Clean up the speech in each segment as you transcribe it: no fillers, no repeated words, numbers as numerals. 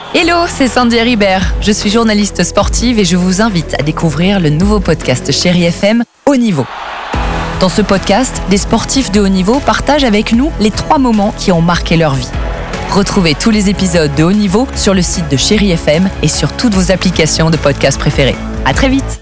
Hello, c'est Sandy Ribert. Je suis journaliste sportive et je vous invite à découvrir le nouveau podcast Chérie FM, Haut Niveau. Dans ce podcast, des sportifs de haut niveau partagent avec nous les 3 moments qui ont marqué leur vie. Retrouvez tous les épisodes de Haut Niveau sur le site de Chérie FM et sur toutes vos applications de podcast préférées. À très vite.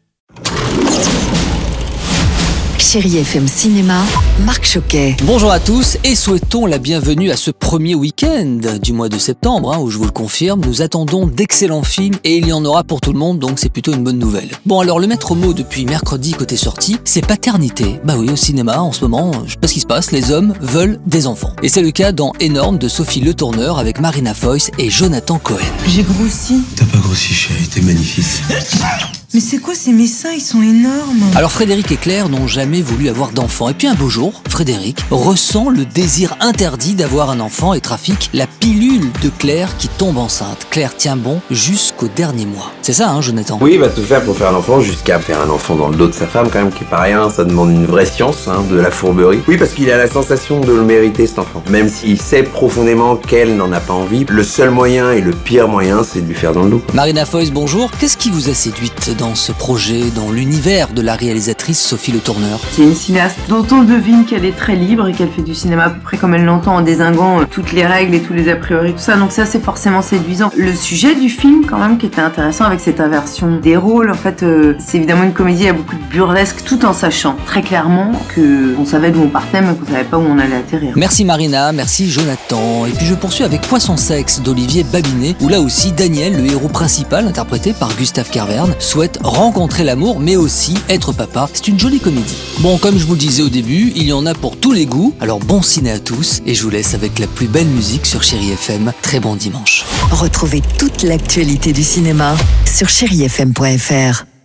Chérie FM Cinéma, Marc Choquet. Bonjour à tous et souhaitons la bienvenue à ce premier week-end du mois de septembre, où je vous le confirme, nous attendons d'excellents films et il y en aura pour tout le monde, donc c'est plutôt une bonne nouvelle. Bon alors le maître mot depuis mercredi côté sortie, c'est paternité. Bah oui, au cinéma en ce moment, je sais pas ce qui se passe, les hommes veulent des enfants. Et c'est le cas dans Énorme de Sophie Le Tourneur avec Marina Foïs et Jonathan Cohen. J'ai grossi. T'as pas grossi, chérie, t'es magnifique. Mais c'est quoi ces messins, ils sont énormes. Alors Frédéric et Claire n'ont jamais voulu avoir d'enfant. Et puis un beau jour, Frédéric ressent le désir interdit d'avoir un enfant et trafique la pilule de Claire qui tombe enceinte. Claire tient bon jusqu'au dernier mois. C'est ça, hein, Jonathan? Oui, il va tout faire pour faire un enfant, jusqu'à faire un enfant dans le dos de sa femme quand même, qui est pas rien, ça demande une vraie science, de la fourberie. Oui, parce qu'il a la sensation de le mériter, cet enfant. Même s'il sait profondément qu'elle n'en a pas envie, le seul moyen et le pire moyen, c'est de lui faire dans le dos. Marina Foïs, bonjour. Qu'est-ce qui vous a séduite dans ce projet, dans l'univers de la réalisatrice Sophie Le Tourneur? C'est une cinéaste dont on devine qu'elle est très libre et qu'elle fait du cinéma à peu près comme elle l'entend, en dézinguant toutes les règles et tous les a priori, tout ça. Donc ça, c'est forcément séduisant. Le sujet du film, quand même, qui était intéressant avec cette inversion des rôles, en fait, c'est évidemment une comédie, il y a beaucoup de burlesque, tout en sachant très clairement qu'on savait d'où on partait, mais qu'on savait pas où on allait atterrir. Merci Marina, merci Jonathan. Et puis je poursuis avec Poisson Sexe d'Olivier Babinet, où là aussi Daniel, le héros principal, interprété par Gustave Carverne, souhaite rencontrer l'amour, mais aussi être papa. C'est une jolie comédie. Bon, comme je vous le disais au début, il y en a pour tous les goûts. Alors bon ciné à tous, et je vous laisse avec la plus belle musique sur Chérie FM. Très bon dimanche. Retrouvez toute l'actualité du cinéma sur chérifm.fr.